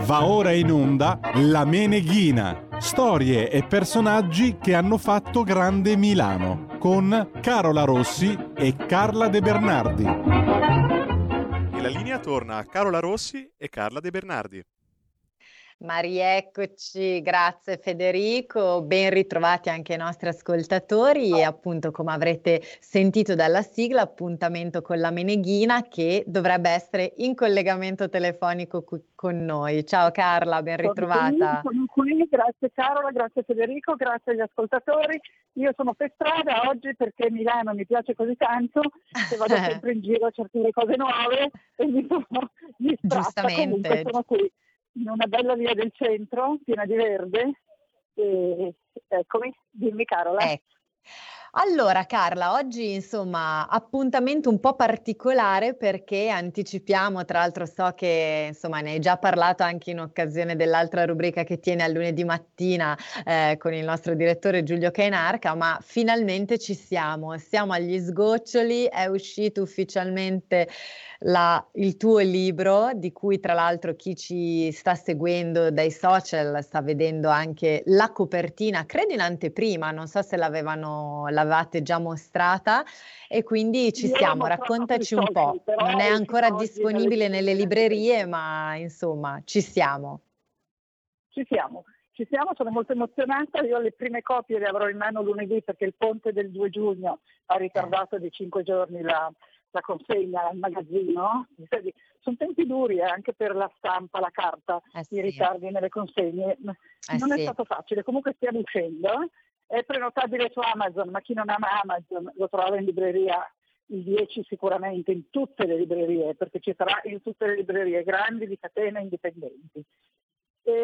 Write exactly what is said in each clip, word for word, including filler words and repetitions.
Va ora in onda La Meneghina, storie e personaggi che hanno fatto grande Milano, con Carola Rossi e Carla De Bernardi. E la linea torna a Carola Rossi e Carla De Bernardi. Ma rieccoci, grazie Federico, ben ritrovati anche ai nostri ascoltatori e appunto, come avrete sentito dalla sigla, appuntamento con la Meneghina che dovrebbe essere in collegamento telefonico qui con noi. Ciao Carla, ben ritrovata. Sono qui, sono qui, grazie Carola, grazie Federico, grazie agli ascoltatori. Io sono per strada oggi perché Milano mi piace così tanto che vado sempre in giro a cercare cose nuove e mi sono distratta. Comunque sono qui in una bella via del centro, piena di verde, e eccomi, dimmi Carola. Ecco. Allora Carla, oggi insomma appuntamento un po' particolare perché anticipiamo, tra l'altro so che insomma ne hai già parlato anche in occasione dell'altra rubrica che tiene al lunedì mattina eh, con il nostro direttore Giulio Cainarca, ma finalmente ci siamo, siamo agli sgoccioli, è uscito ufficialmente La, il tuo libro, di cui tra l'altro chi ci sta seguendo dai social sta vedendo anche la copertina, credo in anteprima, non so se l'avevano, l'avevate già mostrata, e quindi ci Io siamo, raccontaci un po'. Non è ancora disponibile nelle librerie, ma insomma ci siamo. Ci siamo. Ci siamo, sono molto emozionata, io le prime copie le avrò in mano lunedì perché il ponte del due giugno ha ritardato di cinque giorni la, la consegna al magazzino. Sono tempi duri eh, anche per la stampa, la carta, eh sì. i ritardi nelle consegne. Eh non sì. è stato facile, comunque stiamo uscendo, è prenotabile su Amazon, ma chi non ama Amazon lo trova in libreria il dieci sicuramente, in tutte le librerie, perché ci sarà in tutte le librerie grandi di catene indipendenti. E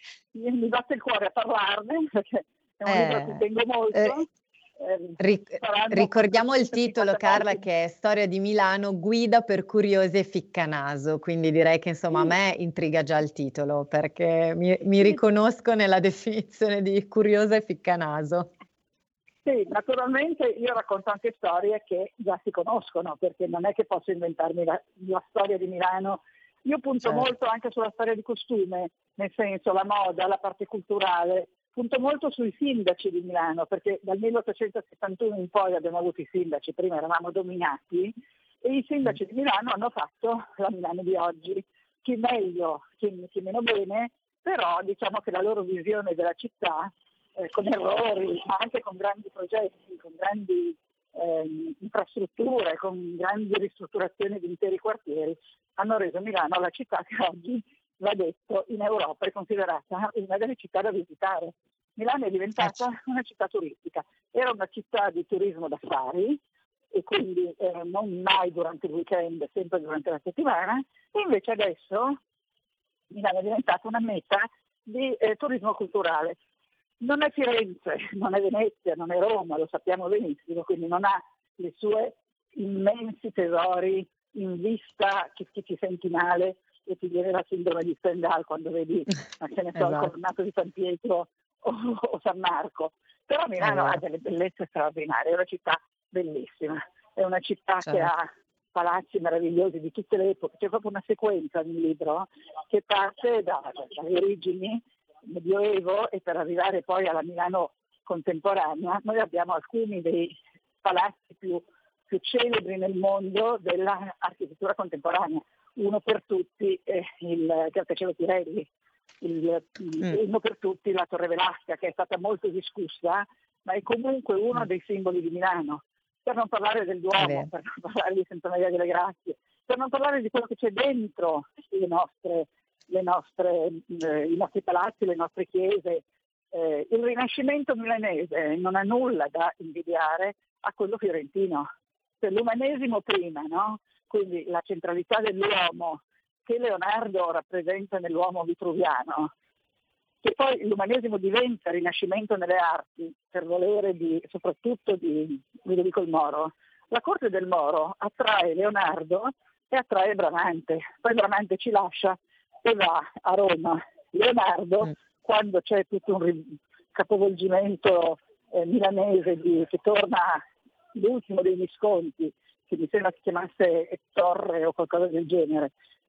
mi batte il cuore a parlarne perché è un eh, libro a cui tengo molto. Eh, eh, ric- ricordiamo il titolo, Carla, che è Storia di Milano, guida per curiosi e ficcanaso, quindi direi che insomma sì. a me intriga già il titolo perché mi, mi riconosco nella definizione di curiosa e ficcanaso. Sì, naturalmente io racconto anche storie che già si conoscono, perché non è che posso inventarmi la, la storia di Milano. Io punto certo. molto anche sulla storia di costume, nel senso la moda, la parte culturale, punto molto sui sindaci di Milano, perché dal milleottocentosettantuno in poi abbiamo avuto i sindaci, prima eravamo dominati, e i sindaci di Milano hanno fatto la Milano di oggi, chi meglio, chi, chi meno bene, però diciamo che la loro visione della città, eh, con errori, ma anche con grandi progetti, con grandi eh, infrastrutture, con grandi ristrutturazioni di interi quartieri, hanno reso Milano la città che oggi, va detto, in Europa è considerata una delle città da visitare. Milano è diventata una città turistica, era una città di turismo d'affari e quindi eh, non mai durante il weekend, sempre durante la settimana, e invece adesso Milano è diventata una meta di eh, turismo culturale. Non è Firenze, non è Venezia, non è Roma, lo sappiamo benissimo, quindi non ha le sue immensi tesori in vista che, che ti senti male e ti viene la sindrome di Stendhal quando vedi, ma ce ne so, esatto. il Colonnato di San Pietro o, o San Marco. Però Milano ha delle bellezze straordinarie, è una città bellissima, è una città certo. che ha palazzi meravigliosi di tutte le epoche. C'è proprio una sequenza nel libro che parte da, dalle origini medioevo e per arrivare poi alla Milano contemporanea. Noi abbiamo alcuni dei palazzi più, più celebri nel mondo dell'architettura contemporanea. Uno per tutti è il Grattacielo Pirelli, il, mm. uno per tutti la Torre Velasca, che è stata molto discussa, ma è comunque uno dei simboli di Milano. Per non parlare del Duomo, per non parlare di Santa Maria delle Grazie, per non parlare di quello che c'è dentro le nostre, le nostre, eh, i nostri palazzi, le nostre chiese. Eh, il Rinascimento milanese non ha nulla da invidiare a quello fiorentino. Cioè, l'umanesimo prima, no? Quindi la centralità dell'uomo che Leonardo rappresenta nell'uomo vitruviano, che poi l'umanesimo diventa rinascimento nelle arti per volere di, soprattutto di Ludovico il Moro. La corte del Moro attrae Leonardo e attrae Bramante, poi Bramante ci lascia e va a Roma. Leonardo, mm. quando c'è tutto un capovolgimento eh, milanese di, che torna l'ultimo dei Visconti, che mi sembra si chiamasse Torre o qualcosa del genere,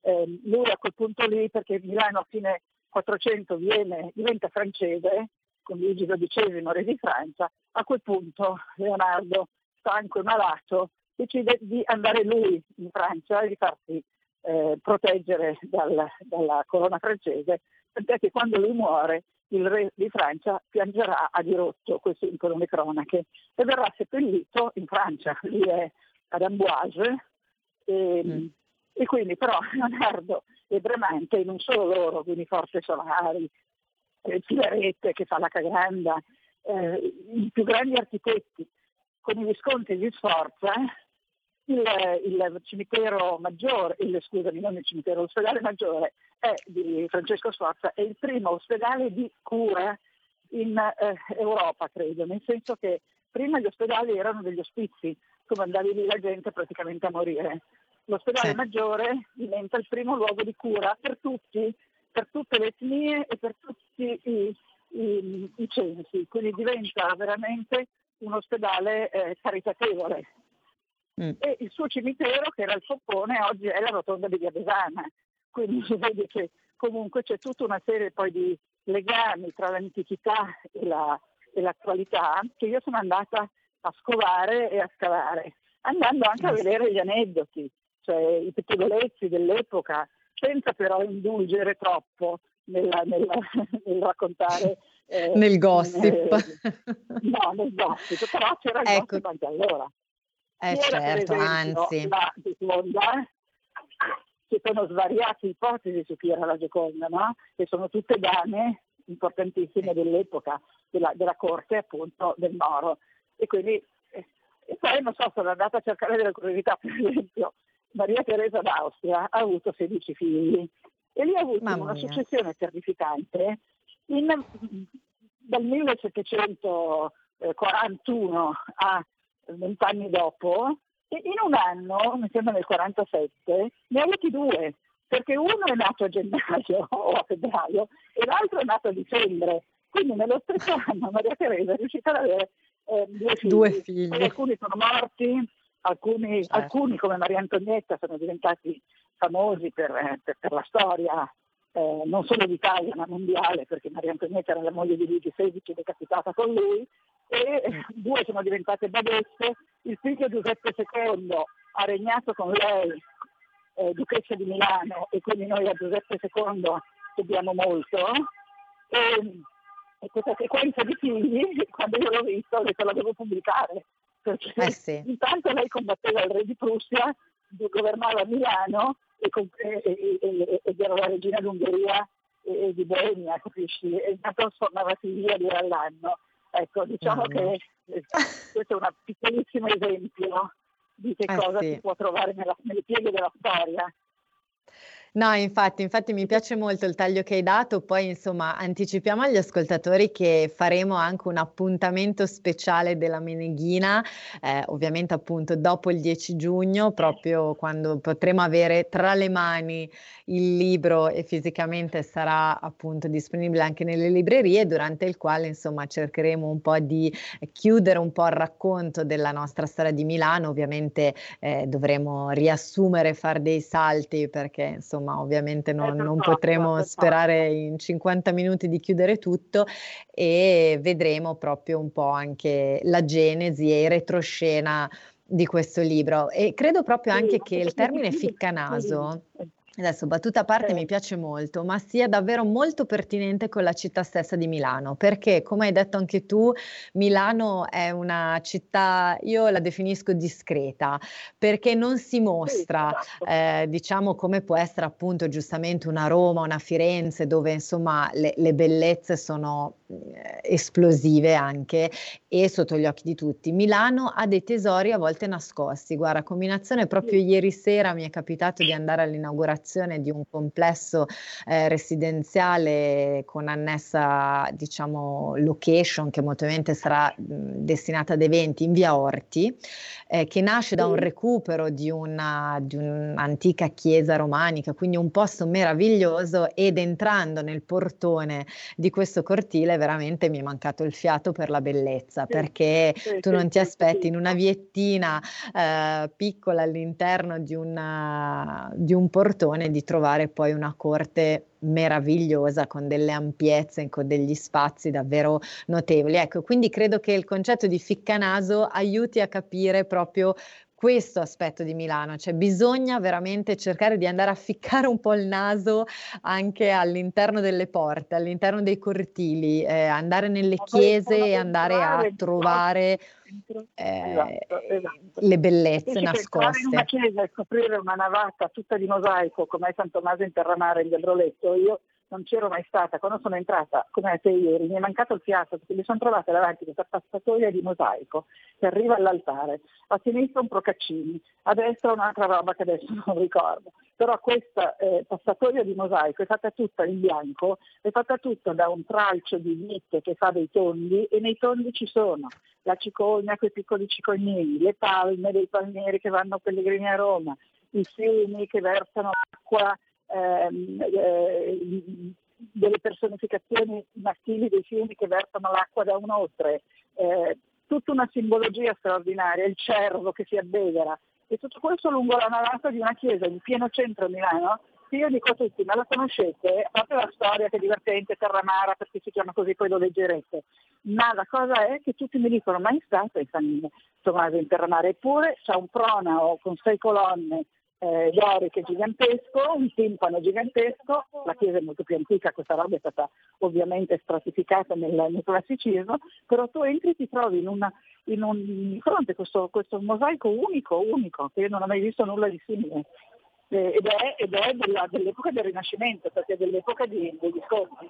eh, lui a quel punto lì, perché Milano a fine quattrocento viene, diventa francese, con Luigi dodicesimo, re di Francia, a quel punto Leonardo, stanco e malato, decide di andare lui in Francia e di farsi eh, proteggere dal, dalla corona francese, perché quando lui muore il re di Francia piangerà a dirotto, questo dicono le cronache, e verrà seppellito in Francia, lì è ad Amboise, e, mm. e quindi però Leonardo e Bramante, non solo loro, quindi Forze Solari, eh, Filarete che fa la Cagranda, eh, i più grandi architetti, con i Visconti di Sforza, il, il cimitero maggiore, il, scusami, non il cimitero, l'ospedale maggiore è di Francesco Sforza, è il primo ospedale di cura in eh, Europa, credo, nel senso che prima gli ospedali erano degli ospizi, come andavi lì la gente praticamente a morire. L'ospedale sì. maggiore diventa il primo luogo di cura per tutti, per tutte le etnie e per tutti i, i, i censi, quindi diventa veramente un ospedale eh, caritatevole. Mm. E il suo cimitero, che era il Foppone, oggi è la rotonda di Via Besana, quindi si vede che comunque c'è tutta una serie poi di legami tra l'antichità e, la, e l'attualità che io sono andata a scovare e a scavare, andando anche a vedere gli aneddoti, cioè i pettegolezzi dell'epoca, senza però indulgere troppo nella, nella, nel raccontare eh, nel gossip. Eh, no, nel gossip, però c'era il ecco. gossip anche allora. Eh C'era, certo, per esempio, anzi. la Gioconda, ci sono svariate ipotesi su chi era la Gioconda, no? Che sono tutte dame importantissime dell'epoca, della, della corte appunto del Moro. E quindi, eh, e poi non so, sono andata a cercare delle curiosità, per esempio, Maria Teresa d'Austria ha avuto sedici figli e lì ha avuto Mamma una mia. successione terrificante in, dal millesettecentoquarantuno a vent'anni dopo, e in un anno, mi sembra nel quarantasette, ne ha avuti due, perché uno è nato a gennaio o a febbraio e l'altro è nato a dicembre. Quindi nello stesso anno Maria Teresa è riuscita ad avere eh, due figli. Due figli. Poi alcuni sono morti, alcuni, certo. alcuni come Maria Antonietta sono diventati famosi per, per, per la storia eh, non solo d'Italia ma mondiale, perché Maria Antonietta era la moglie di Luigi sedici decapitata con lui, e mm. due sono diventate badesse. Il figlio Giuseppe secondo ha regnato con lei, eh, duchessa di Milano, e quindi noi a Giuseppe secondo dobbiamo molto. E, e questa sequenza di figli, quando io l'ho visto, ho detto la devo pubblicare, perché eh sì. intanto lei combatteva il re di Prussia, governava Milano e, e, e, ed era la regina d'Ungheria e, e di Boemia, capisci? E intanto sfornava figli due all'anno. Ecco, diciamo mm. che eh, questo è un piccolissimo esempio di che eh cosa sì. si può trovare nella, nelle pieghe della storia. No, infatti, infatti mi piace molto il taglio che hai dato, poi insomma anticipiamo agli ascoltatori che faremo anche un appuntamento speciale della Meneghina, eh, ovviamente appunto dopo il dieci giugno, proprio quando potremo avere tra le mani il libro e fisicamente sarà appunto disponibile anche nelle librerie, durante il quale insomma cercheremo un po' di chiudere un po' il racconto della nostra storia di Milano. Ovviamente eh, dovremo riassumere, fare dei salti perché insomma ma ovviamente non, non potremo sperare in cinquanta minuti di chiudere tutto, e vedremo proprio un po' anche la genesi e il retroscena di questo libro. E credo proprio anche che il termine ficcanaso, adesso battuta a parte, mi piace molto, ma sia davvero molto pertinente con la città stessa di Milano, perché come hai detto anche tu, Milano è una città, io la definisco discreta, perché non si mostra, eh, diciamo come può essere appunto giustamente una Roma, una Firenze, dove insomma le, le bellezze sono eh, esplosive anche e sotto gli occhi di tutti. Milano ha dei tesori a volte nascosti. Guarda, combinazione, proprio ieri sera mi è capitato di andare all'inaugurazione di un complesso eh, residenziale con annessa, diciamo, location che molto probabilmente sarà mh, destinata ad eventi in via Orti, eh, che nasce da un recupero di una di un'antica chiesa romanica, quindi un posto meraviglioso, ed entrando nel portone di questo cortile veramente mi è mancato il fiato per la bellezza, sì, perché sì, tu non sì, ti aspetti sì, in una viettina eh, piccola all'interno di, una, di un portone l'ambizione di trovare poi una corte meravigliosa con delle ampiezze, con degli spazi davvero notevoli. Ecco, quindi credo che il concetto di ficcanaso aiuti a capire proprio questo aspetto di Milano, cioè bisogna veramente cercare di andare a ficcare un po' il naso anche all'interno delle porte, all'interno dei cortili, eh, andare nelle chiese e andare a trovare eh, Esatto, esatto. le bellezze Invece che entrare in una nascoste. chiesa e scoprire una navata tutta di mosaico come è San Tommaso in Terramare in del Roletto, io non c'ero mai stata. Quando sono entrata, come a te ieri, mi è mancato il fiato perché mi sono trovata davanti questa passatoia di mosaico che arriva all'altare, a sinistra un Procaccini, a destra un'altra roba che adesso non ricordo, però questa eh, passatoia di mosaico è fatta tutta in bianco, è fatta tutta da un tralcio di vite che fa dei tondi, e nei tondi ci sono la cicogna con i piccoli cicognini, le palme dei palmieri che vanno pellegrini a Roma, i fiumi che versano acqua, ehm, eh, delle personificazioni maschili dei fiumi che versano l'acqua da un oltre, eh, tutta una simbologia straordinaria, il cervo che si abbevera, e tutto questo lungo la navata di una chiesa in pieno centro a Milano. Io dico a tutti, ma la conoscete? A parte la storia che è divertente, Terramara, perché si chiama così, poi lo leggerete. Ma la cosa è che tutti mi dicono, ma è stato in San Tommaso in Terramara? Eppure c'è un pronao con sei colonne eh, doriche gigantesco, un timpano gigantesco, la chiesa è molto più antica, questa roba è stata ovviamente stratificata nel, nel classicismo, però tu entri e ti trovi in, una, in un di fronte questo, questo mosaico unico, unico, che io non ho mai visto nulla di simile. Ed è, ed è della, dell'epoca del Rinascimento, perché è dell'epoca di, degli Visconti.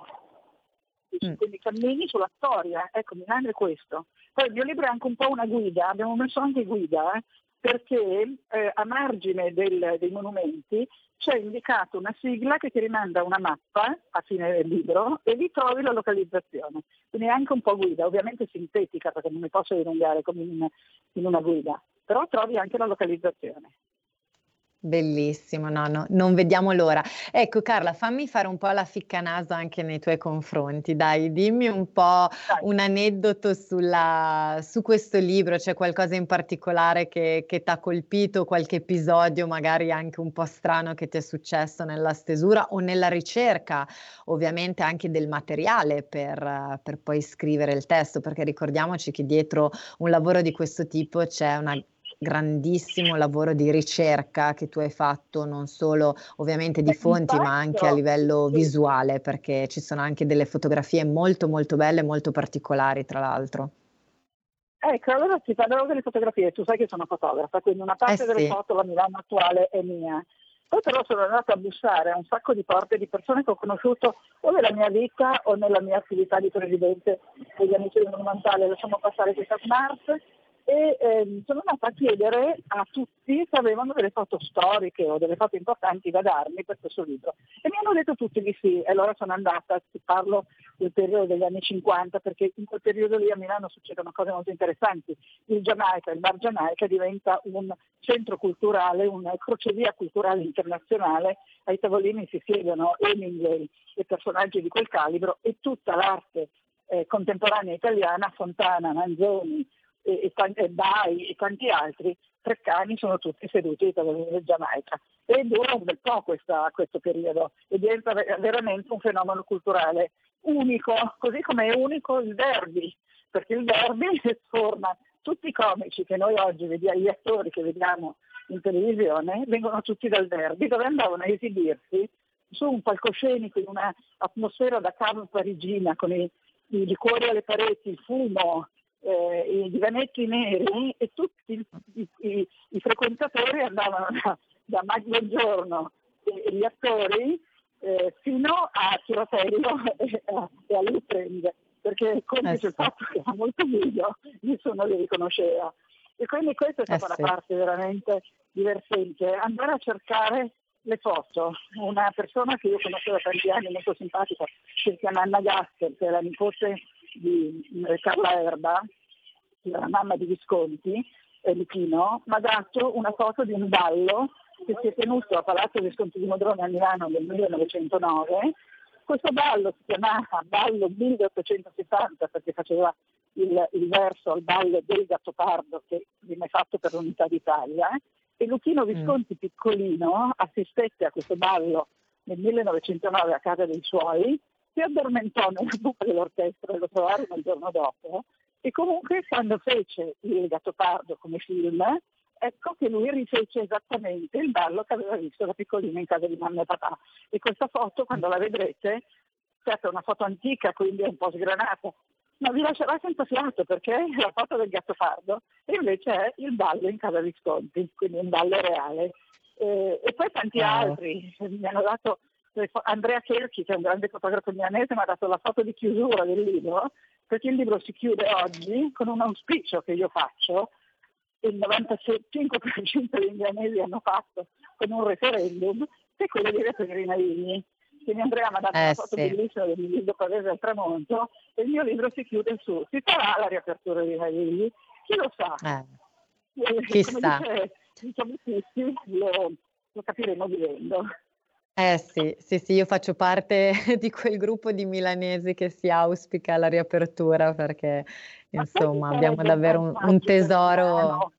Mm. Quindi cammini sulla storia, ecco, Milano è questo. Poi il mio libro è anche un po' una guida, abbiamo messo anche guida, eh, perché eh, a margine del, dei monumenti c'è indicato una sigla che ti rimanda a una mappa a fine del libro e vi trovi la localizzazione. Quindi è anche un po' guida, ovviamente sintetica, perché non mi posso dilungare come in, in una guida, però trovi anche la localizzazione. Bellissimo, no, no, non vediamo l'ora. Ecco Carla, fammi fare un po' la ficcanaso anche nei tuoi confronti, dai, dimmi un po' un aneddoto sulla, su questo libro, c'è qualcosa in particolare che, che ti ha colpito, qualche episodio magari anche un po' strano che ti è successo nella stesura o nella ricerca, ovviamente anche del materiale per, per poi scrivere il testo, perché ricordiamoci che dietro un lavoro di questo tipo c'è una grandissimo lavoro di ricerca che tu hai fatto, non solo ovviamente di fonti, ma anche a livello visuale, perché ci sono anche delle fotografie molto molto belle, molto particolari tra l'altro. Ecco, allora ti parlerò delle fotografie, tu sai che sono fotografa, quindi una parte eh delle sì. foto, la Milano attuale è mia. Poi però sono andata a bussare a un sacco di porte di persone che ho conosciuto o nella mia vita o nella mia attività di presidente degli Amici del Monumentale, lasciamo passare questa smart, e ehm, sono andata a chiedere a tutti se avevano delle foto storiche o delle foto importanti da darmi per questo libro, e mi hanno detto tutti di sì. E allora sono andata, ti parlo del periodo degli anni cinquanta, perché in quel periodo lì a Milano succedono cose molto interessanti. Il Giamaica, il Bar Giamaica diventa un centro culturale, una crocevia culturale internazionale, ai tavolini si siedono Hemingway e personaggi di quel calibro, e tutta l'arte eh, contemporanea italiana, Fontana, Manzoni, e, e, e Bai e tanti altri, Treccani, sono tutti seduti ai tavolini del Giamaica, e dura un bel po' questa, questo periodo, e diventa veramente un fenomeno culturale unico, così come è unico il derby, perché il derby forma tutti i comici che noi oggi vediamo, gli attori che vediamo in televisione, vengono tutti dal derby, dove andavano a esibirsi su un palcoscenico in una atmosfera da cave parigina, con i, i liquori alle pareti, il fumo, Eh, i divanetti neri, e tutti i, i, i frequentatori andavano da, da Mike Bongiorno e, e gli attori eh, fino a Tiratello e a, e a Lutreng, perché complice eh il fatto che era molto buio, nessuno li riconosceva. E quindi questa è stata eh la sì. parte veramente divertente, andare a cercare le foto. Una persona che io conosco da tanti anni, molto simpatica, si chiama Anna Gasker, che è la nipote di Carla Erba, la mamma di Visconti, eh, Luchino, mi ha dato una foto di un ballo che si è tenuto a Palazzo Visconti di Modrone a Milano nel millenovecentonove. Questo ballo si chiamava Ballo milleottocentosettanta perché faceva il, il verso al ballo del Gattopardo che viene fatto per l'Unità d'Italia, e Luchino Mm. Visconti piccolino assistette a questo ballo nel millenovecentonove a casa dei suoi, si addormentò nella buca dell'orchestra e lo trovarono il giorno dopo, e comunque quando fece Il Gattopardo come film, ecco che lui rifece esattamente il ballo che aveva visto da piccolino in casa di mamma e papà. E questa foto, quando la vedrete, certo è una foto antica, quindi è un po' sgranata, ma vi lascerà senza fiato, perché è la foto del Gattopardo e invece è il ballo in casa Visconti, quindi un ballo reale. E, e poi tanti Wow. altri, mi hanno dato Andrea Cherchi, che è un grande fotografo milanese, mi ha dato la foto di chiusura del libro, perché il libro si chiude oggi con un auspicio che io faccio, e il novantacinque per cento degli milanesi hanno fatto con un referendum, che è quello di riaprire i Navigli. Quindi Andrea mi ha dato Eh una foto sì, bellissima del mio libro Pavese al tramonto, e il mio libro si chiude su. Si farà la riapertura dei Navigli? Chi lo sa? eh, Eh, Come chissà. dice, diciamo tutti, lo, lo capiremo vivendo. Eh sì, sì, sì, io faccio parte di quel gruppo di milanesi che si auspica la riapertura perché, Ma sai che insomma, abbiamo sarebbe un davvero un, un vantaggio per tesoro. Milano?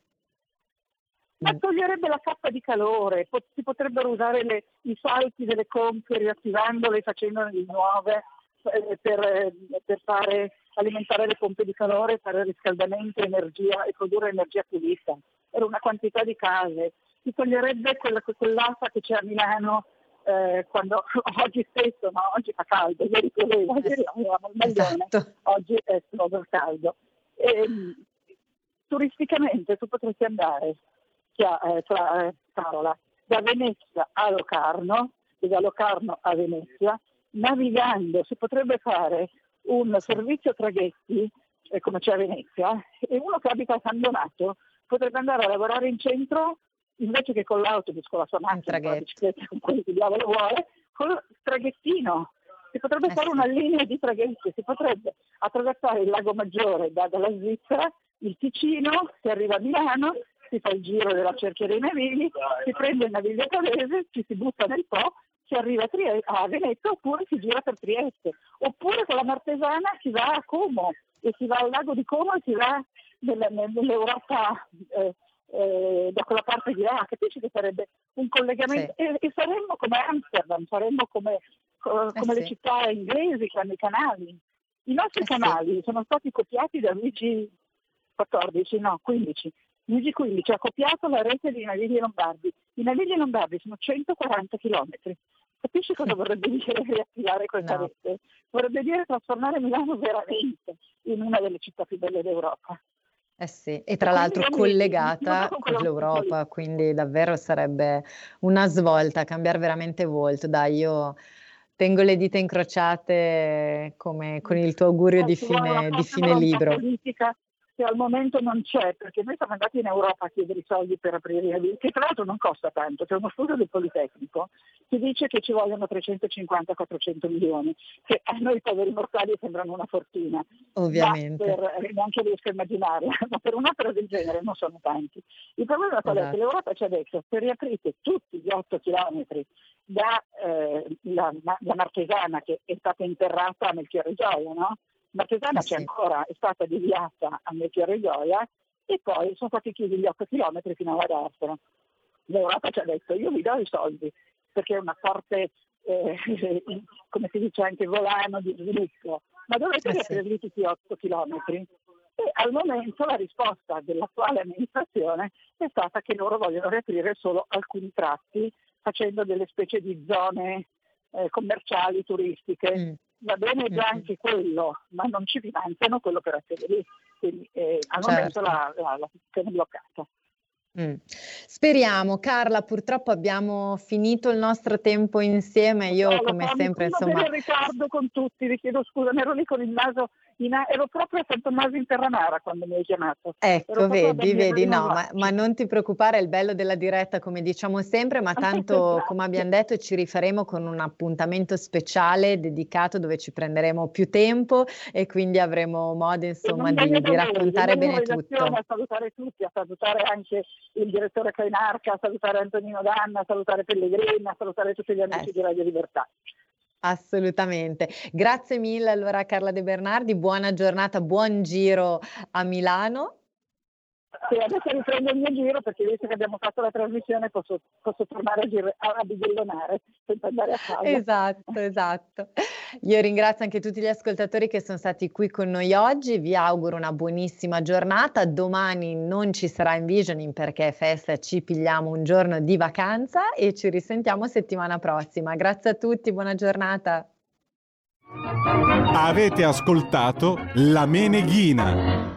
Ma Mm, toglierebbe la cappa di calore, po- si potrebbero usare le- i salti delle conche riattivandole e facendone di nuove eh, per, eh, per fare, alimentare le pompe di calore, fare riscaldamento, energia e produrre energia pulita. Era una quantità di case. Si toglierebbe quella, quell'afa che c'è a Milano eh, quando oggi stesso, ma oggi fa caldo, ieri pioveva, eh ieri sì, avevamo il maglione, esatto. oggi è solo il caldo. E, turisticamente tu potresti andare chia- eh, tra, eh, Carola, da Venezia a Locarno e da Locarno a Venezia, navigando. Si potrebbe fare un Sì, servizio traghetti, eh, come c'è a Venezia, e uno che abita a San Donato potrebbe andare a lavorare in centro invece che con l'autobus, con la sua in macchina, con la traghetto. bicicletta, con quello che diavolo vuole, col traghettino. Si potrebbe Eh fare sì, una linea di traghetti, si potrebbe attraversare il Lago Maggiore da- dalla Svizzera, il Ticino, si arriva a Milano, si fa il giro della Cerchia dei Navigli, si prende il naviglio Pavese, ci si butta nel Po, si arriva a, Trie- a Venezia, oppure si gira per Trieste, oppure con la Martesana si va a Como e si va al lago di Como e si va nel- nel- nell'Europa eh, eh, da quella parte di là. Capisci che sarebbe un sì, collegamento, e, e saremmo come Amsterdam, saremmo come, co- eh come le sì, città inglesi che hanno i canali. I nostri eh sì, canali sono stati copiati da Luigi quattordici, no, quindici. Luigi quindici ha copiato la rete dei Navigli Lombardi. I Navigli Lombardi sono centoquaranta chilometri. Capisci cosa vorrebbe dire riattivare questa no, rete? Vorrebbe dire trasformare Milano veramente in una delle città più belle d'Europa. eh sì, e E tra quindi l'altro io mi, mi chiudo collegata con con quell'auspicio lì. l'Europa, quindi davvero sarebbe una svolta, cambiare veramente volto. Dai, io tengo le dita incrociate come con il tuo augurio Eh, di ci vuole una fine, di forza fine volontà libro. politica che al momento non c'è, perché noi siamo andati in Europa a chiedere i soldi per aprire i Navigli, che tra l'altro non costa tanto. C'è uno studio del Politecnico che dice che ci vogliono trecentocinquanta quattrocento milioni, che a noi poveri mortali sembrano una fortuna, ma Ovviamente, per, eh, neanche riesco a immaginare, ma per un'opera del genere non sono tanti. Il problema qual è? Che esatto. l'Europa ci ha detto: se riaprite tutti gli otto chilometri da eh, la, la Martesana, che è stata interrata a Melchiorre Gioia, no? Martesana Eh c'è sì, ancora, è stata deviata a Melchiorre Gioia, e poi sono stati chiusi gli otto chilometri fino a Vadarsero. L'Europa ci ha detto: io vi do i soldi, perché è una forte, eh, come si dice anche, volano di sviluppo, ma dovete eh sì, riaprirli tutti otto chilometri. E al momento la risposta dell'attuale amministrazione è stata che loro vogliono riaprire solo alcuni tratti, facendo delle specie di zone eh, commerciali, turistiche. Mm, Va bene mm, già mm, anche quello, ma non ci finanziano quell'operazione lì. Quindi eh, al momento certo. la, la, la situazione è bloccata. Mm. Speriamo, Carla, purtroppo abbiamo finito il nostro tempo insieme. Lo so, Io, lo come so, mi sempre, scuso per insomma, il ritardo con tutti, vi chiedo scusa, mi ero lì con il naso, in a- ero proprio a San Tommaso in Terranara quando mi hai chiamato, ero ecco, proprio a vedi, Bagnino vedi, di no, ma, ma Nosaccio. non ti preoccupare, è il bello della diretta, come diciamo sempre, ma tanto, come Grazie. abbiamo detto, ci rifaremo con un appuntamento speciale dedicato dove ci prenderemo più tempo e quindi avremo modo, E insomma, non di, venite di voi, raccontare venite in bene redazione tutto. a salutare tutti, a salutare anche il direttore Cainarca, a salutare Antonino Danna, a salutare Pellegrini, a salutare tutti gli Eh amici di sì, Radio Libertà. assolutamente. Grazie mille allora Carla De Bernardi, buona giornata, buon giro a Milano. Sì, adesso riprendo il mio giro perché visto che abbiamo fatto la trasmissione posso, posso tornare a, gir- a bighellonare senza andare a casa. Esatto, esatto. Io ringrazio anche tutti gli ascoltatori che sono stati qui con noi oggi, vi auguro una buonissima giornata. Domani non ci sarà Envisioning perché è festa, ci pigliamo un giorno di vacanza e ci risentiamo settimana prossima. Grazie a tutti, buona giornata. Avete ascoltato La Meneghina.